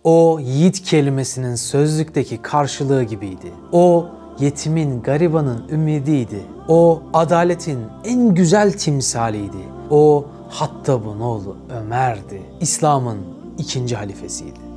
O yiğit kelimesinin sözlükteki karşılığı gibiydi. O yetimin, garibanın ümidiydi. O adaletin en güzel timsaliydi. O Hattab'ın oğlu Ömer'di. İslam'ın ikinci halifesiydi.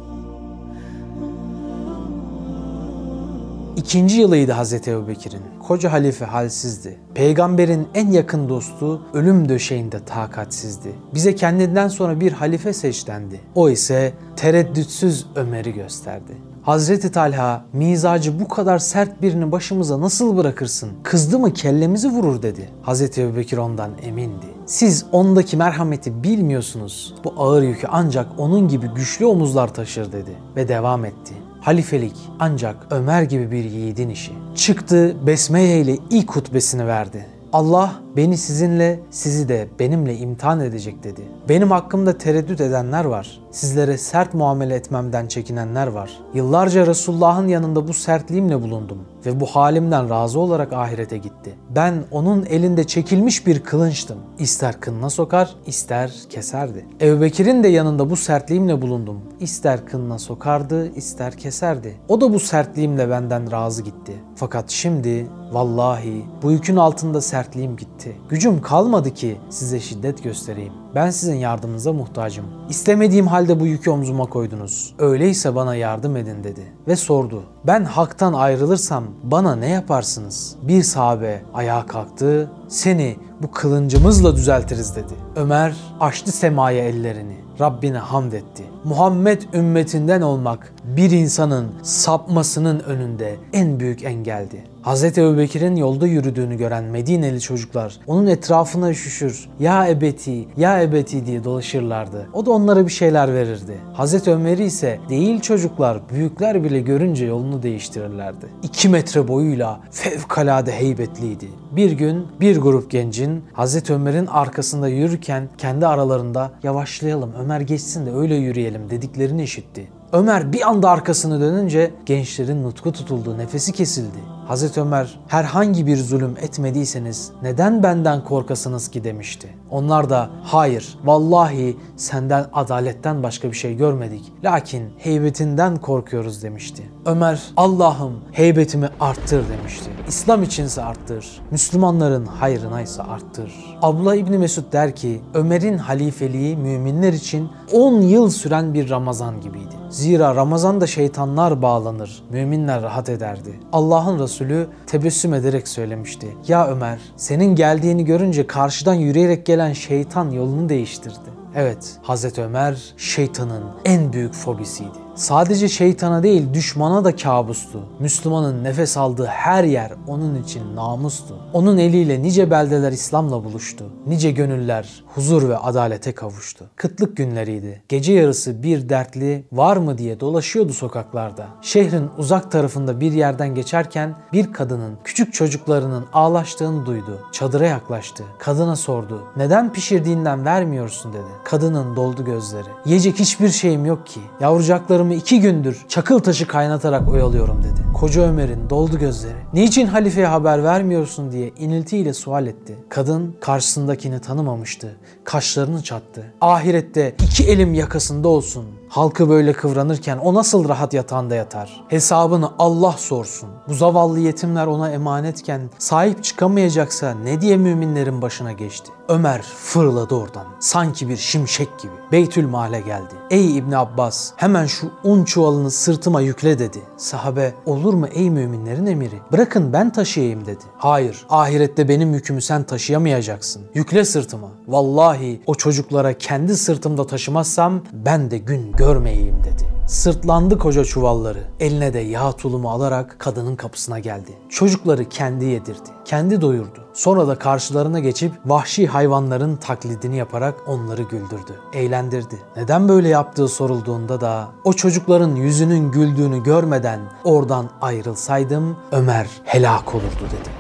2. yılıydı Hazreti Ebubekir'in. Koca halife halsizdi. Peygamberin en yakın dostu ölüm döşeğinde takatsizdi. Bize kendinden sonra bir halife seçlendi. O ise tereddütsüz Ömer'i gösterdi. Hazreti Talha, mizacı bu kadar sert birini başımıza nasıl bırakırsın? Kızdı mı kellemizi vurur dedi. Hazreti Ebubekir ondan emindi. Siz ondaki merhameti bilmiyorsunuz. Bu ağır yükü ancak onun gibi güçlü omuzlar taşır dedi. Ve devam etti. Halifelik ancak Ömer gibi bir yiğidin işi. Çıktı, besmele ile ilk hutbesini verdi. Allah beni sizinle, sizi de benimle imtihan edecek dedi. Benim hakkımda tereddüt edenler var. Sizlere sert muamele etmemden çekinenler var. Yıllarca Resulullah'ın yanında bu sertliğimle bulundum ve bu halimden razı olarak ahirete gitti. Ben onun elinde çekilmiş bir kılınçtım. İster kınına sokar, ister keserdi. Ebubekir'in de yanında bu sertliğimle bulundum. İster kınına sokardı, ister keserdi. O da bu sertliğimle benden razı gitti. Fakat şimdi vallahi bu yükün altında sertliğim gitti. Gücüm kalmadı ki size şiddet göstereyim. Ben sizin yardımınıza muhtacım. İstemediğim halde bu yükü omzuma koydunuz. Öyleyse bana yardım edin dedi. Ve sordu. Ben haktan ayrılırsam bana ne yaparsınız? Bir sahabe ayağa kalktı. Seni bu kılıncımızla düzeltiriz dedi. Ömer açtı semaya ellerini. Rabbine hamd etti. Muhammed ümmetinden olmak bir insanın sapmasının önünde en büyük engeldi. Hazreti Ebubekir'in yolda yürüdüğünü gören Medineli çocuklar onun etrafına üşüşür, ya ebeti, ya ebeti diye dolaşırlardı. O da onlara bir şeyler verirdi. Hazreti Ömer'i ise değil çocuklar, büyükler bile görünce yolunu değiştirirlerdi. 2 metre boyuyla fevkalade heybetliydi. Bir gün bir grup gencin Hazreti Ömer'in arkasında yürürken kendi aralarında yavaşlayalım, Ömer geçsin de öyle yürüyelim dediklerini işitti. Ömer bir anda arkasını dönünce gençlerin nutku tutuldu, nefesi kesildi. Hazreti Ömer herhangi bir zulüm etmediyseniz neden benden korkasınız ki demişti. Onlar da hayır vallahi senden adaletten başka bir şey görmedik. Lakin heybetinden korkuyoruz demişti. Ömer Allah'ım heybetimi arttır demişti. İslam içinse arttır, Müslümanların hayrınaysa arttır. Abdullah İbni Mesud der ki Ömer'in halifeliği müminler için 10 yıl süren bir Ramazan gibiydi. Zira Ramazan'da şeytanlar bağlanır, müminler rahat ederdi. Allah'ın Resulü tebessüm ederek söylemişti. Ya Ömer, senin geldiğini görünce karşıdan yürüyerek gelen şeytan yolunu değiştirdi. Evet, Hazreti Ömer şeytanın en büyük fobisiydi. Sadece şeytana değil düşmana da kabustu. Müslümanın nefes aldığı her yer onun için namustu. Onun eliyle nice beldeler İslam'la buluştu. Nice gönüller huzur ve adalete kavuştu. Kıtlık günleriydi. Gece yarısı bir dertli var mı diye dolaşıyordu sokaklarda. Şehrin uzak tarafında bir yerden geçerken bir kadının küçük çocuklarının ağlaştığını duydu. Çadıra yaklaştı. Kadına sordu. Neden pişirdiğinden vermiyorsun dedi. Kadının doldu gözleri. Yiyecek hiçbir şeyim yok ki. Yavrucaklarımı 2 gündür çakıl taşı kaynatarak oyalıyorum dedi. Koca Ömer'in doldu gözleri. Niçin halifeye haber vermiyorsun diye iniltiyle sual etti. Kadın karşısındakini tanımamıştı. Kaşlarını çattı. Ahirette 2 elim yakasında olsun. Halkı böyle kıvranırken o nasıl rahat yatağında yatar? Hesabını Allah sorsun. Bu zavallı yetimler ona emanetken sahip çıkamayacaksa ne diye müminlerin başına geçti? Ömer fırladı oradan. Sanki bir şimşek gibi. Beytülmal'e geldi. Ey İbni Abbas, hemen şu un çuvalını sırtıma yükle dedi. Sahabe, olur mu ey müminlerin emiri? Bırakın ben taşıyayım dedi. Hayır, ahirette benim yükümü sen taşıyamayacaksın. Yükle sırtıma. Vallahi o çocuklara kendi sırtımda taşımazsam ben de gün görmeyeyim dedi. Sırtlandı koca çuvalları. Eline de yağ tulumu alarak kadının kapısına geldi. Çocukları kendi yedirdi. Kendi doyurdu. Sonra da karşılarına geçip vahşi hayvanların taklidini yaparak onları güldürdü. Eğlendirdi. Neden böyle yaptığı sorulduğunda da o çocukların yüzünün güldüğünü görmeden oradan ayrılsaydım Ömer helak olurdu dedi.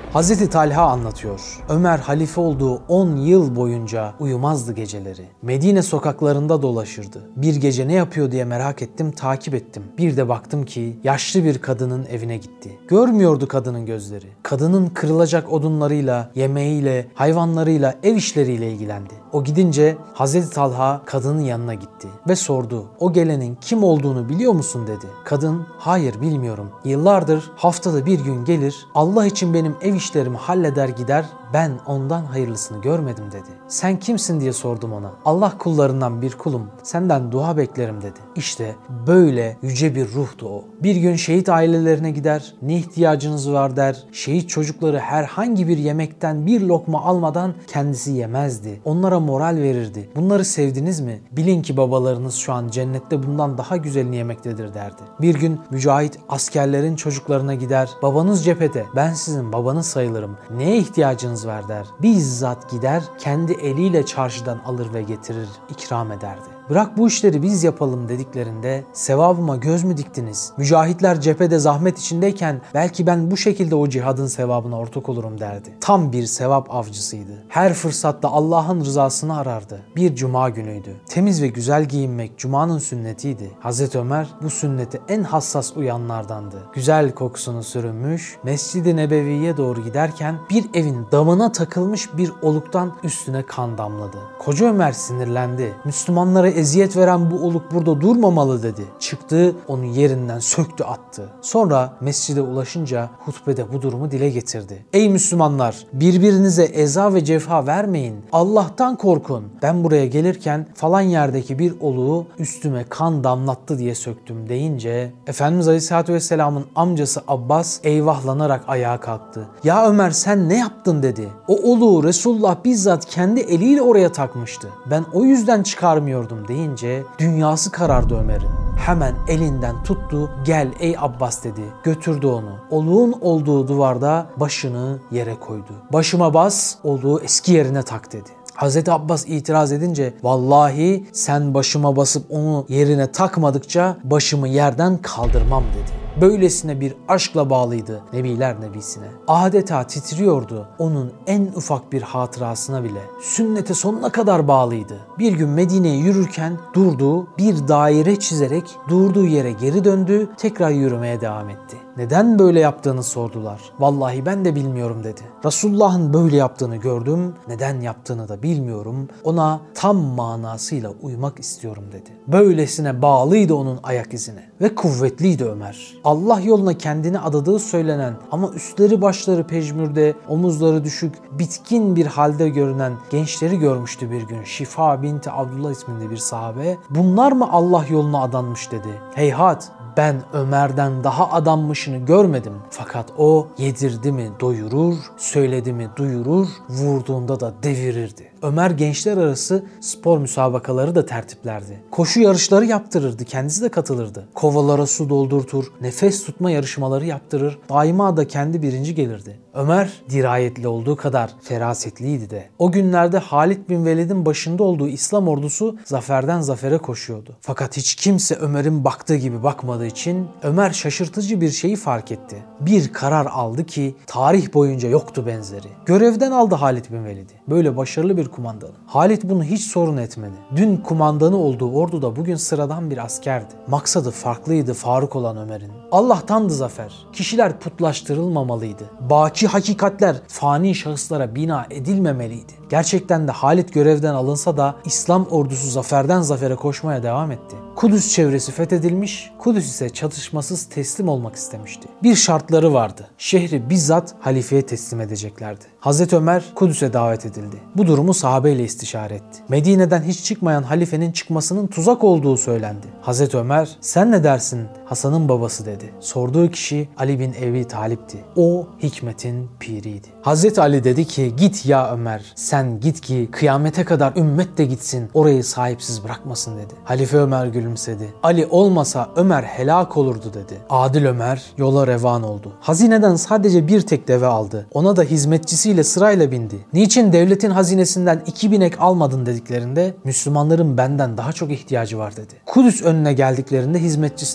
Hazreti Talha anlatıyor. Ömer halife olduğu 10 yıl boyunca uyumazdı geceleri. Medine sokaklarında dolaşırdı. Bir gece ne yapıyor diye merak ettim, takip ettim. Bir de baktım ki yaşlı bir kadının evine gitti. Görmüyordu kadının gözleri. Kadının kırılacak odunlarıyla, yemeğiyle, hayvanlarıyla, ev işleriyle ilgilendi. O gidince Hazreti Talha kadının yanına gitti ve sordu. O gelenin kim olduğunu biliyor musun dedi. Kadın, hayır bilmiyorum. Yıllardır haftada bir gün gelir, Allah için benim ev işlerimi halleder gider, ben ondan hayırlısını görmedim dedi. Sen kimsin diye sordum ona. Allah kullarından bir kulum, senden dua beklerim dedi. İşte böyle yüce bir ruhtu o. Bir gün şehit ailelerine gider, ne ihtiyacınız var der. Şehit çocukları herhangi bir yemekten bir lokma almadan kendisi yemezdi. Onlara moral verirdi. Bunları sevdiniz mi? Bilin ki babalarınız şu an cennette bundan daha güzelini yemektedir derdi. Bir gün mücahit askerlerin çocuklarına gider. Babanız cephede, ben sizin babanız sayılırım. Neye ihtiyacınız var der. Bizzat gider, kendi eliyle çarşıdan alır ve getirir, ikram ederdi. Bırak bu işleri biz yapalım dediklerinde sevabıma göz mü diktiniz? Mücahitler cephede zahmet içindeyken belki ben bu şekilde o cihadın sevabına ortak olurum derdi. Tam bir sevap avcısıydı. Her fırsatta Allah'ın rızasını arardı. Bir cuma günüydü. Temiz ve güzel giyinmek cumanın sünnetiydi. Hazreti Ömer bu sünnete en hassas uyanlardandı. Güzel kokusunu sürünmüş, Mescid-i Nebevi'ye doğru giderken bir evin damına takılmış bir oluktan üstüne kan damladı. Koca Ömer sinirlendi. Müslümanlara eziyet veren bu oluk burada durmamalı dedi. Çıktı, onu yerinden söktü attı. Sonra mescide ulaşınca hutbede bu durumu dile getirdi. Ey Müslümanlar! Birbirinize eza ve cefa vermeyin. Allah'tan korkun. Ben buraya gelirken falan yerdeki bir oluğu üstüme kan damlattı diye söktüm deyince Efendimiz Aleyhisselatü Vesselam'ın amcası Abbas eyvahlanarak ayağa kalktı. Ya Ömer sen ne yaptın dedi. O oluğu Resulullah bizzat kendi eliyle oraya takmıştı. Ben o yüzden çıkarmıyordum deyince dünyası karardı Ömer'in. Hemen elinden tuttu, gel ey Abbas dedi. Götürdü onu. Oluğun olduğu duvarda başını yere koydu. Başıma bas, oluğu eski yerine tak dedi. Hazreti Abbas itiraz edince vallahi sen başıma basıp onu yerine takmadıkça başımı yerden kaldırmam dedi. Böylesine bir aşkla bağlıydı Nebiler Nebisine. Adeta titriyordu onun en ufak bir hatırasına bile. Sünnete sonuna kadar bağlıydı. Bir gün Medine'ye yürürken durdu, bir daire çizerek durduğu yere geri döndü, tekrar yürümeye devam etti. Neden böyle yaptığını sordular. Vallahi ben de bilmiyorum dedi. Resulullah'ın böyle yaptığını gördüm, neden yaptığını da bilmiyorum. Ona tam manasıyla uymak istiyorum dedi. Böylesine bağlıydı onun ayak izine ve kuvvetliydi Ömer. Allah yoluna kendini adadığı söylenen ama üstleri başları pejmürde, omuzları düşük, bitkin bir halde görünen gençleri görmüştü bir gün. Şifa binti Abdullah isminde bir sahabe. Bunlar mı Allah yoluna adanmış dedi. Heyhat! Ben Ömer'den daha adanmışını görmedim. Fakat o yedirdi mi doyurur, söyledi mi duyurur, vurduğunda da devirirdi. Ömer gençler arası spor müsabakaları da tertiplerdi. Koşu yarışları yaptırırdı, kendisi de katılırdı. Kovalara su doldurtur, nefes tutma yarışmaları yaptırır, daima da kendi birinci gelirdi. Ömer dirayetli olduğu kadar ferasetliydi de. O günlerde Halid bin Velid'in başında olduğu İslam ordusu zaferden zafere koşuyordu. Fakat hiç kimse Ömer'in baktığı gibi bakmadığı için Ömer şaşırtıcı bir şeyi fark etti. Bir karar aldı ki tarih boyunca yoktu benzeri. Görevden aldı Halid bin Velid'i. Böyle başarılı bir kumandanı. Halid bunu hiç sorun etmedi. Dün kumandanı olduğu orduda bugün sıradan bir askerdi. Maksadı farklıydı Faruk olan Ömer'in. Allah'tandı zafer. Kişiler putlaştırılmamalıydı. Baki hakikatler fani şahıslara bina edilmemeliydi. Gerçekten de Halid görevden alınsa da İslam ordusu zaferden zafere koşmaya devam etti. Kudüs çevresi fethedilmiş, Kudüs ise çatışmasız teslim olmak istemişti. Bir şartları vardı. Şehri bizzat halifeye teslim edeceklerdi. Hazreti Ömer Kudüs'e davet edildi. Bu durumu sahabeyle istişare etti. Medine'den hiç çıkmayan halifenin çıkmasının tuzak olduğu söylendi. Hazreti Ömer, sen ne dersin Hasan'ın babası dedi. Sorduğu kişi Ali bin Ebi Talip'ti. O hikmetin piriydi. Hazreti Ali dedi ki git ya Ömer, sen git ki kıyamete kadar ümmet de gitsin, orayı sahipsiz bırakmasın dedi. Halife Ömer gülümsedi. Ali olmasa Ömer helak olurdu dedi. Adil Ömer yola revan oldu. Hazineden sadece bir tek deve aldı. Ona da hizmetçisiyle sırayla bindi. Niçin devletin hazinesinden 2000 ek almadın dediklerinde Müslümanların benden daha çok ihtiyacı var dedi. Kudüs önüne geldiklerinde hizmetçisine sıra geldi.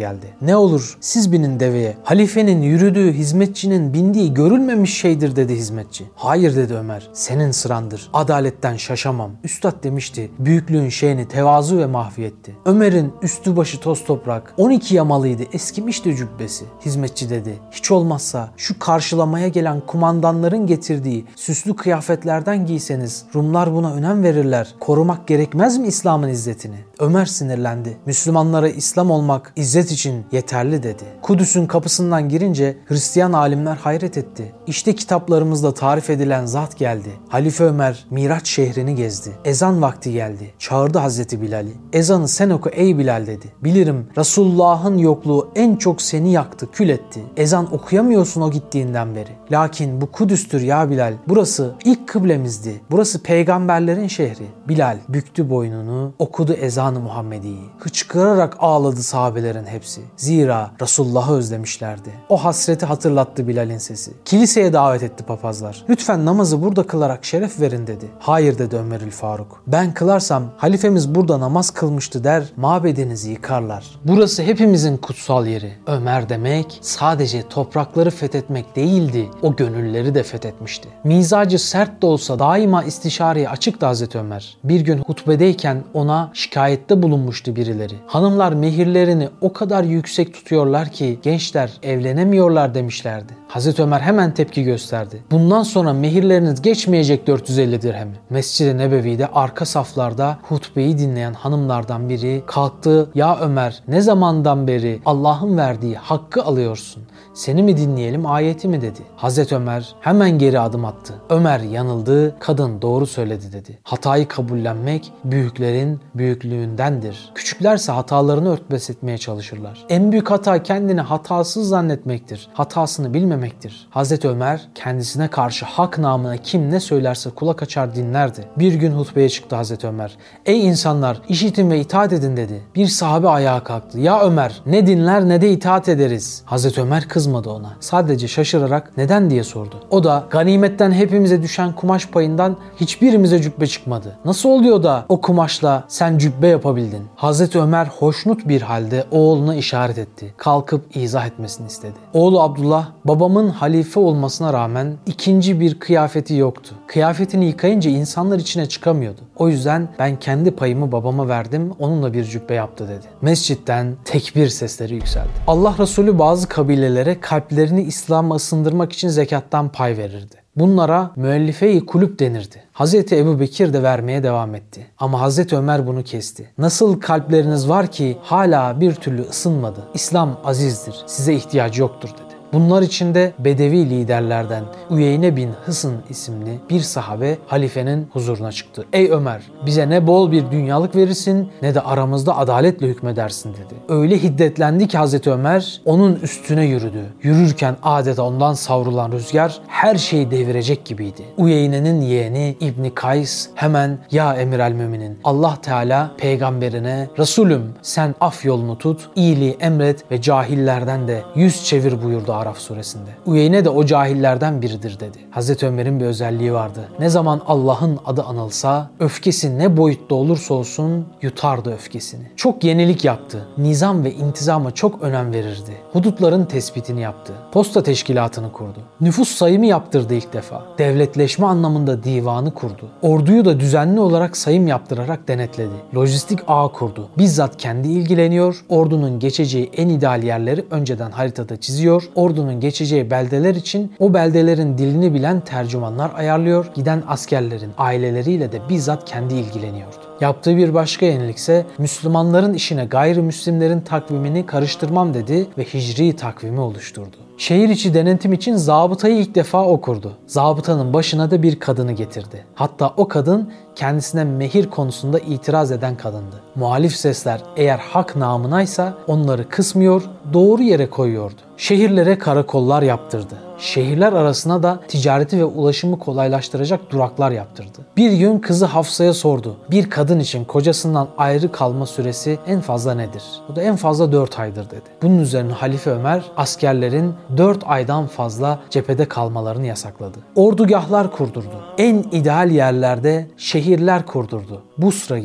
geldi. Ne olur siz binin deveye. Halifenin yürüdüğü, hizmetçinin bindiği görülmemiş şeydir dedi hizmetçi. Hayır dedi Ömer. Senin sırandır. Adaletten şaşamam. Üstad demişti. Büyüklüğün şeyini tevazu ve mahfiyetti. Ömer'in üstü başı toz toprak. 12 yamalıydı. Eskimişti cübbesi. Hizmetçi dedi. Hiç olmazsa şu karşılamaya gelen kumandanların getirdiği süslü kıyafetlerden giyseniz Rumlar buna önem verirler. Korumak gerekmez mi İslam'ın izzetini? Ömer sinirlendi. Müslümanlara İslam olmak izzet için yeterli dedi. Kudüs'ün kapısından girince Hristiyan alimler hayret etti. İşte kitaplarımızda tarif edilen zat geldi. Halife Ömer Miraç şehrini gezdi. Ezan vakti geldi. Çağırdı Hazreti Bilal'i. Ezanı sen oku ey Bilal dedi. Bilirim Resulullah'ın yokluğu en çok seni yaktı, kül etti. Ezan okuyamıyorsun o gittiğinden beri. Lakin bu Kudüs'tür ya Bilal. Burası ilk kıblemizdi. Burası peygamberlerin şehri. Bilal büktü boynunu, okudu ezanı Muhammedi'yi. Hıçkırarak ağladı sahabelerin hepsi. Zira Resulullah'ı özlemişlerdi. O hasreti hatırlattı Bilal'in sesi. Kiliseye davet etti papazlar. Lütfen namazı burada kılarak şeref verin dedi. Hayır dedi Ömerül Faruk. Ben kılarsam halifemiz burada namaz kılmıştı der, mabedinizi yıkarlar. Burası hepimizin kutsal yeri. Ömer demek sadece toprakları fethetmek değildi, o gönülleri de fethetmişti. Mizacı sert de olsa daima istişareye açıktı Hazreti Ömer. Bir gün hutbedeyken ona şikayette bulunmuştu birileri. Hanımlar mehirlerini o kadar yüksek tutuyorlar ki gençler evlenemiyorlar demişlerdi. Hazreti Ömer hemen tepki gösterdi. Bundan sonra mehirleriniz geçmeyecek 450 dirhemi. Mescid-i Nebevi'de arka saflarda hutbeyi dinleyen hanımlardan biri kalktı. Ya Ömer, ne zamandan beri Allah'ın verdiği hakkı alıyorsun? Seni mi dinleyelim, ayeti mi dedi. Hazreti Ömer hemen geri adım attı. Ömer yanıldı, kadın doğru söyledi dedi. Hatayı kabullenmek büyüklerin büyüklüğündendir. Küçüklerse hatalarını örtbas etmeye çalışırlar. En büyük hata kendini hatasız zannetmektir. Hatasını bilmemektir. Hazreti Ömer kendisine karşı hak namına kim ne söylerse kulak açar dinlerdi. Bir gün hutbeye çıktı Hazreti Ömer. Ey insanlar, işitin ve itaat edin dedi. Bir sahabe ayağa kalktı. Ya Ömer, ne dinler ne de itaat ederiz. Hazreti Ömer kızmadı ona. Sadece şaşırarak neden diye sordu. O da ganimetten hepimize düşen kumaş payından hiçbirimize cübbe çıkmadı. Nasıl oluyor da o kumaşla sen cübbe yapabildin? Hazreti Ömer hoşnut bir halde oğluna işaret etti. Kalkıp izah etmesini istedi. Oğlu Abdullah, babamın halife olmasına rağmen ikinci bir kıyafeti yoktu. Kıyafetini yıkayınca insanlar içine çıkamıyordu. O yüzden ben kendi payımı babama verdim, onunla bir cübbe yaptı dedi. Mescitten tekbir sesleri yükseldi. Allah Resulü bazı kabilelere kalplerini İslam'a ısındırmak için zekattan pay verirdi. Bunlara müellife-i kulüp denirdi. Hazreti Ebu Bekir de vermeye devam etti. Ama Hazreti Ömer bunu kesti. Nasıl kalpleriniz var ki hala bir türlü ısınmadı? İslam azizdir, size ihtiyacı yoktur dedi. Bunlar içinde Bedevi liderlerden Üyeyne bin Hısın isimli bir sahabe halifenin huzuruna çıktı. Ey Ömer, bize ne bol bir dünyalık verirsin ne de aramızda adaletle hükmedersin dedi. Öyle hiddetlendi ki Hazreti Ömer onun üstüne yürüdü. Yürürken adeta ondan savrulan rüzgar her şeyi devirecek gibiydi. Üyeyne'nin yeğeni İbni Kays hemen ya Emirelmüminin Allah Teala peygamberine Resulüm sen af yolunu tut, iyiliği emret ve cahillerden de yüz çevir buyurdu Araf suresinde. Üyeyne de o cahillerden biridir dedi. Hazreti Ömer'in bir özelliği vardı. Ne zaman Allah'ın adı anılsa öfkesi ne boyutta olursa olsun yutardı öfkesini. Çok yenilik yaptı. Nizam ve intizama çok önem verirdi. Hudutların tespitini yaptı. Posta teşkilatını kurdu. Nüfus sayımı yaptırdı ilk defa. Devletleşme anlamında divanı kurdu. Orduyu da düzenli olarak sayım yaptırarak denetledi. Lojistik ağ kurdu. Bizzat kendi ilgileniyor. Ordunun geçeceği en ideal yerleri önceden haritada çiziyor. Ordunun geçeceği beldeler için o beldelerin dilini bilen tercümanlar ayarlıyor. Giden askerlerin aileleriyle de bizzat kendi ilgileniyordu. Yaptığı bir başka yenilikse Müslümanların işine gayrimüslimlerin takvimini karıştırmam dedi ve hicri takvimi oluşturdu. Şehir içi denetim için zabıtayı ilk defa o kurdu. Zabıtanın başına da bir kadını getirdi. Hatta o kadın kendisine mehir konusunda itiraz eden kadındı. Muhalif sesler eğer hak namınaysa onları kısmıyor, doğru yere koyuyordu. Şehirlere karakollar yaptırdı. Şehirler arasına da ticareti ve ulaşımı kolaylaştıracak duraklar yaptırdı. Bir gün kızı Hafsa'ya sordu. Bir kadın için kocasından ayrı kalma süresi en fazla nedir? O da en fazla 4 aydır dedi. Bunun üzerine Halife Ömer askerlerin 4 aydan fazla cephede kalmalarını yasakladı. Ordugahlar kurdurdu. En ideal yerlerde şehirler kurdurdu. Busra gibi,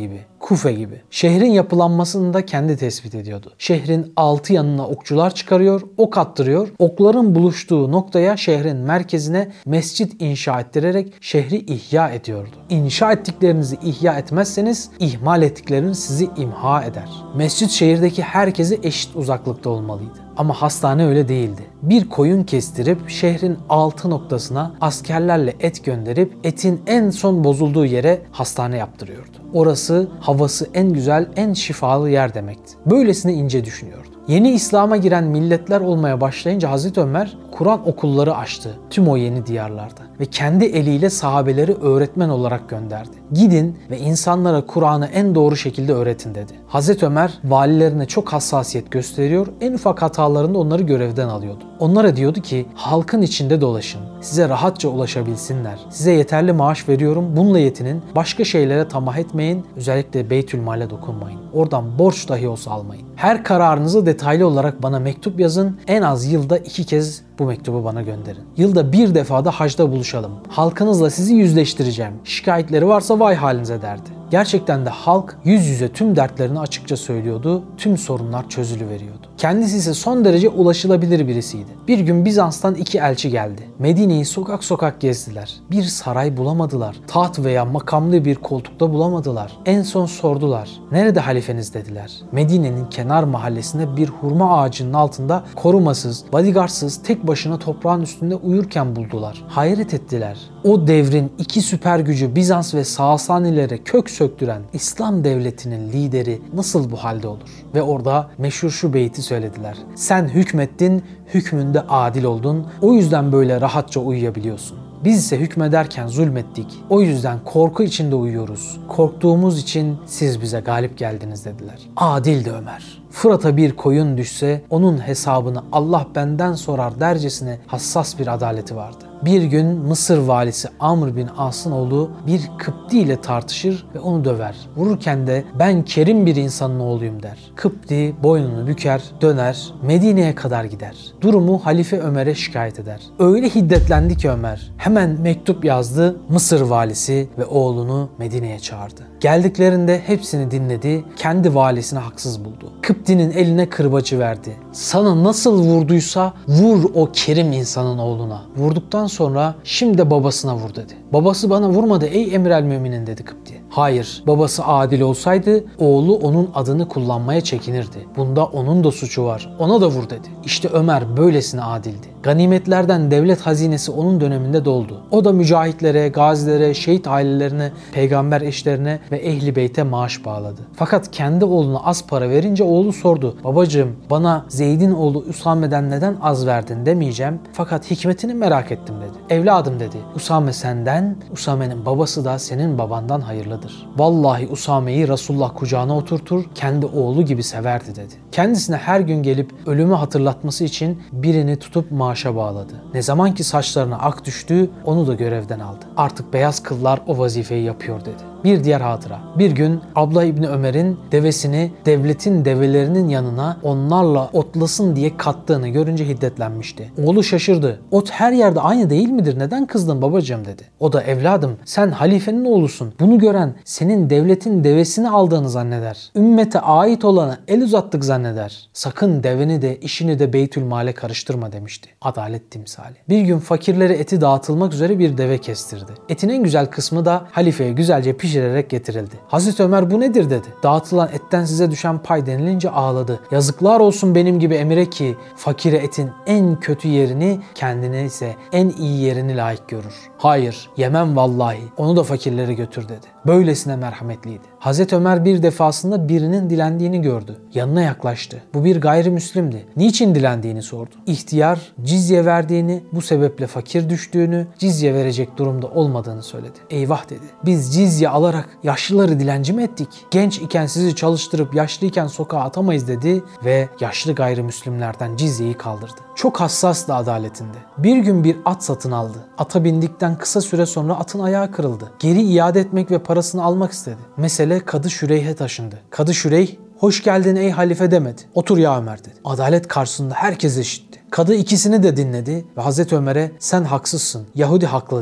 Kufe gibi. Şehrin yapılanmasını da kendi tespit ediyordu. Şehrin 6 yanına okçular çıkarıyor, ok attırıyor. Okların buluştuğu noktaya, şehrin merkezine mescit inşa ettirerek şehri ihya ediyordu. İnşa ettiklerinizi ihya etmezseniz ihmal ettikleriniz sizi imha eder. Mescit şehirdeki herkese eşit uzaklıkta olmalıydı. Ama hastane öyle değildi. Bir koyun kestirip şehrin 6 noktasına askerlerle et gönderip etin en son bozulduğu yere hastane yaptırıyordu. Orası havası en güzel, en şifalı yer demekti. Böylesine ince düşünüyordu. Yeni İslam'a giren milletler olmaya başlayınca Hazreti Ömer Kur'an okulları açtı tüm o yeni diyarlarda ve kendi eliyle sahabeleri öğretmen olarak gönderdi. Gidin ve insanlara Kur'an'ı en doğru şekilde öğretin dedi. Hazreti Ömer valilerine çok hassasiyet gösteriyor, en ufak hatalarında onları görevden alıyordu. Onlara diyordu ki halkın içinde dolaşın, size rahatça ulaşabilsinler. Size yeterli maaş veriyorum, bununla yetinin, başka şeylere tamah etmeyin, özellikle Beytülmal'e dokunmayın. Oradan borç dahi olsa almayın. Her kararınızı detaylı olarak bana mektup yazın, en az yılda 2 kez bu mektubu bana gönderin. Yılda bir defa da hacda buluşalım. Halkınızla sizi yüzleştireceğim. Şikayetleri varsa vay halinize derdi. Gerçekten de halk yüz yüze tüm dertlerini açıkça söylüyordu, tüm sorunlar çözülüveriyordu. Kendisi ise son derece ulaşılabilir birisiydi. Bir gün Bizans'tan 2 elçi geldi. Medine'yi sokak sokak gezdiler. Bir saray bulamadılar. Taht veya makamlı bir koltukta bulamadılar. En son sordular. Nerede halifeniz dediler. Medine'nin kenar mahallesinde bir hurma ağacının altında korumasız, bodyguardsız tek başına toprağın üstünde uyurken buldular. Hayret ettiler. O devrin 2 süper gücü Bizans ve Sasanilere kök söktüren İslam devletinin lideri nasıl bu halde olur? Ve orada meşhur şu beyti söylediler. Sen hükmettin, hükmünde adil oldun. O yüzden böyle rahatça uyuyabiliyorsun. Biz ise hükmederken zulmettik. O yüzden korku içinde uyuyoruz. Korktuğumuz için siz bize galip geldiniz dediler. Adildi Ömer. Fırat'a bir koyun düşse onun hesabını Allah benden sorar dercesine hassas bir adaleti vardı. Bir gün Mısır valisi Amr bin As'ın oğlu bir Kıpti ile tartışır ve onu döver. Vururken de ben kerim bir insanın oğluyum der. Kıpti boynunu büker, döner, Medine'ye kadar gider. Durumu Halife Ömer'e şikayet eder. Öyle hiddetlendi ki Ömer hemen mektup yazdı, Mısır valisi ve oğlunu Medine'ye çağırdı. Geldiklerinde hepsini dinledi, kendi valisini haksız buldu. Kıpti'nin eline kırbacı verdi. Sana nasıl vurduysa vur o kerim insanın oğluna. Vurduktan sonra şimdi de babasına vur dedi. Babası bana vurmadı ey emir müminin dedi Kıpti. Hayır, babası adil olsaydı oğlu onun adını kullanmaya çekinirdi. Bunda onun da suçu var. Ona da vur dedi. İşte Ömer böylesine adildi. Ganimetlerden devlet hazinesi onun döneminde doldu. O da mücahitlere, gazilere, şehit ailelerine, peygamber eşlerine ve ehli beyte maaş bağladı. Fakat kendi oğluna az para verince oğlu sordu. Babacığım bana Zeyd'in oğlu Usame'den neden az verdin demeyeceğim. Fakat hikmetini merak ettim dedi. Evladım dedi. Usame senden, Usame'nin babası da senin babandan hayırlıdır. Vallahi Usame'yi Resulullah kucağına oturtur, kendi oğlu gibi severdi dedi. Kendisine her gün gelip ölümü hatırlatması için birini tutup maaşa bağladı. Ne zaman ki saçlarına ak düştü, onu da görevden aldı. Artık beyaz kıllar o vazifeyi yapıyor dedi. Bir diğer hatıra. Bir gün Abla İbni Ömer'in devesini devletin develerinin yanına onlarla otlasın diye kattığını görünce hiddetlenmişti. Oğlu şaşırdı. Ot her yerde aynı değil midir? Neden kızdın babacığım dedi. O da evladım sen halifenin oğlusun. Bunu gören senin devletin devesini aldığını zanneder. Ümmete ait olana el uzattık zanneder. Sakın deveni de işini de Beytülmal'e karıştırma demişti. Adalet timsali. Bir gün fakirlere eti dağıtılmak üzere bir deve kestirdi. Etin en güzel kısmı da halifeye güzelce pişirerek getirildi. Hazreti Ömer bu nedir dedi. Dağıtılan etten size düşen pay denilince ağladı. Yazıklar olsun benim gibi emire ki fakire etin en kötü yerini kendine ise en iyi yerini layık görür. Hayır yemem vallahi onu da fakirlere götür dedi. Böylesine merhametliydi. Hazreti Ömer bir defasında birinin dilendiğini gördü. Yanına yaklaştı. Bu bir gayrimüslimdi. Niçin dilendiğini sordu. İhtiyar cizye verdiğini, bu sebeple fakir düştüğünü, cizye verecek durumda olmadığını söyledi. Eyvah dedi. Biz cizye alarak yaşlıları dilenci mi ettik? Genç iken sizi çalıştırıp yaşlıyken sokağa atamayız dedi ve yaşlı gayrimüslimlerden cizyeyi kaldırdı. Çok hassastı adaletinde. Bir gün bir at satın aldı. Ata bindikten kısa süre sonra atın ayağı kırıldı. Geri iade etmek ve parasını almak istedi. Mesele Kadı Şüreyh'e taşındı. Kadı Şüreyh, hoş geldin ey halife demedi. Otur ya Ömer dedi. Adalet karşısında herkes eşitti. Kadı ikisini de dinledi ve Hazreti Ömer'e sen haksızsın, Yahudi haklı dedi.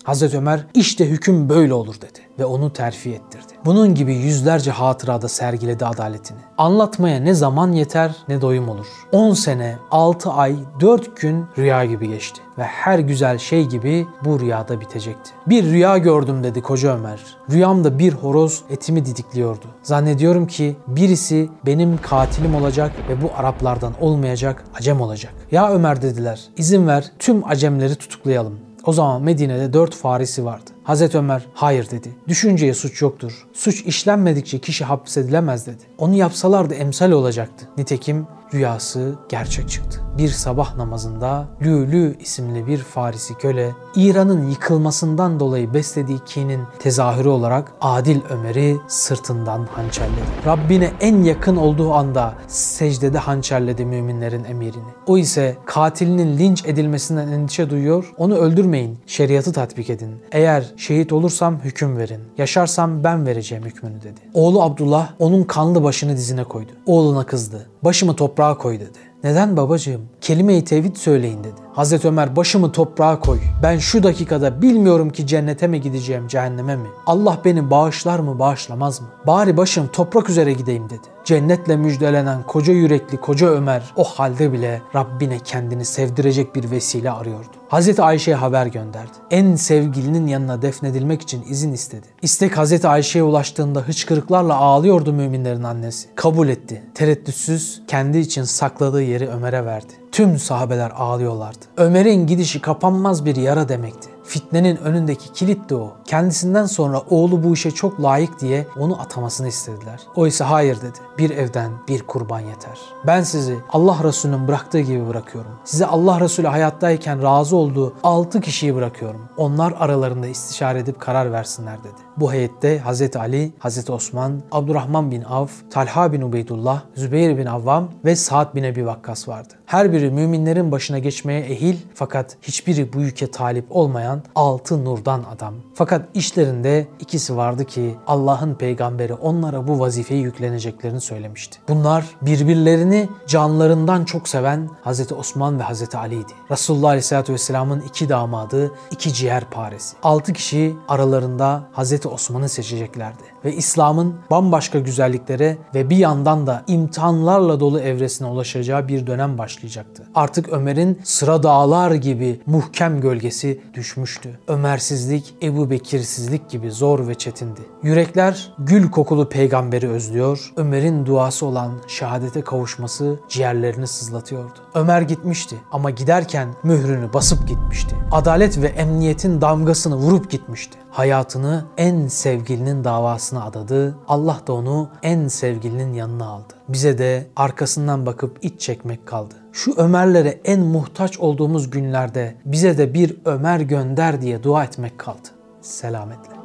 Hazreti Ömer işte hüküm böyle olur dedi ve onu terfi ettirdi. Bunun gibi yüzlerce hatırada sergiledi adaletini. Anlatmaya ne zaman yeter ne doyum olur. 10 sene, 6 ay, 4 gün rüya gibi geçti ve her güzel şey gibi bu rüyada bitecekti. Bir rüya gördüm dedi koca Ömer. Rüyamda bir horoz etimi didikliyordu. Zannediyorum ki birisi benim katilim olacak ve bu Araplardan olmayacak, Acem olacak. Ya Ömer dediler, izin ver tüm Acemleri tutuklayalım. O zaman Medine'de 4 Farisi vardı. Hazreti Ömer hayır dedi. Düşünceye suç yoktur. Suç işlenmedikçe kişi hapsedilemez dedi. Onu yapsalardı emsal olacaktı. Nitekim rüyası gerçek çıktı. Bir sabah namazında Lülü isimli bir Farisi köle İran'ın yıkılmasından dolayı beslediği kinin tezahürü olarak Adil Ömer'i sırtından hançerledi. Rabbine en yakın olduğu anda secdede hançerledi müminlerin emirini. O ise katilinin linç edilmesinden endişe duyuyor. Onu öldürmeyin, şeriatı tatbik edin. Eğer şehit olursam hüküm verin. Yaşarsam ben vereceğim hükmünü dedi. Oğlu Abdullah onun kanlı başını dizine koydu. Oğluna kızdı. Başımı toprağa koy dedi. Neden babacığım? Kelime-i tevhid söyleyin dedi. Hazreti Ömer başımı toprağa koy. Ben şu dakikada bilmiyorum ki cennete mi gideceğim, cehenneme mi? Allah beni bağışlar mı, bağışlamaz mı? Bari başım toprak üzere gideyim dedi. Cennetle müjdelenen koca yürekli koca Ömer o halde bile Rabbine kendini sevdirecek bir vesile arıyordu. Hazreti Ayşe'ye haber gönderdi. En sevgilinin yanına defnedilmek için izin istedi. İstek Hazreti Ayşe'ye ulaştığında hıçkırıklarla ağlıyordu müminlerin annesi. Kabul etti. Tereddütsüz kendi için sakladığı yeri Ömer'e verdi. Tüm sahabeler ağlıyorlardı. Ömer'in gidişi kapanmaz bir yara demekti. Fitnenin önündeki kilitti o. Kendisinden sonra oğlu bu işe çok layık diye onu atamasını istediler. O ise hayır dedi. Bir evden bir kurban yeter. Ben sizi Allah Resulü'nün bıraktığı gibi bırakıyorum. Size Allah Resulü hayattayken razı olduğu 6 kişiyi bırakıyorum. Onlar aralarında istişare edip karar versinler dedi. Bu heyette Hazreti Ali, Hazreti Osman, Abdurrahman bin Avf, Talha bin Ubeydullah, Zübeyir bin Avvam ve Sa'd bin Ebi Vakkas vardı. Her biri müminlerin başına geçmeye ehil fakat hiçbiri bu yüke talip olmayan 6 nurdan adam. Fakat işlerinde ikisi vardı ki Allah'ın peygamberi onlara bu vazifeyi yükleneceklerini söylemişti. Bunlar birbirlerini canlarından çok seven Hazreti Osman ve Hazreti Ali'ydi. Resulullah Aleyhisselatü Vesselam'ın 2 damadı, 2 ciğerparesi. 6 kişi aralarında Hazreti Osman'ı seçeceklerdi. Ve İslam'ın bambaşka güzelliklere ve bir yandan da imtihanlarla dolu evresine ulaşacağı bir dönem başlayacaktı. Artık Ömer'in sıra dağlar gibi muhkem gölgesi düşmüştü. Ömersizlik, Ebu Bekirsizlik gibi zor ve çetindi. Yürekler gül kokulu peygamberi özlüyor, Ömer'in duası olan şehadete kavuşması ciğerlerini sızlatıyordu. Ömer gitmişti ama giderken mührünü basıp gitmişti. Adalet ve emniyetin damgasını vurup gitmişti. Hayatını en sevgilinin davasına adadı. Allah da onu en sevgilinin yanına aldı. Bize de arkasından bakıp iç çekmek kaldı. Şu Ömerlere en muhtaç olduğumuz günlerde bize de bir Ömer gönder diye dua etmek kaldı. Selametle.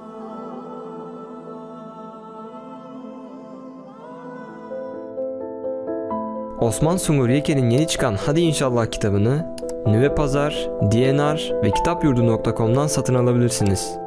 Osman Sungur Yeke'nin yeni çıkan Hadi İnşallah kitabını Nüve Pazar, DNR ve kitapyurdu.com'dan satın alabilirsiniz.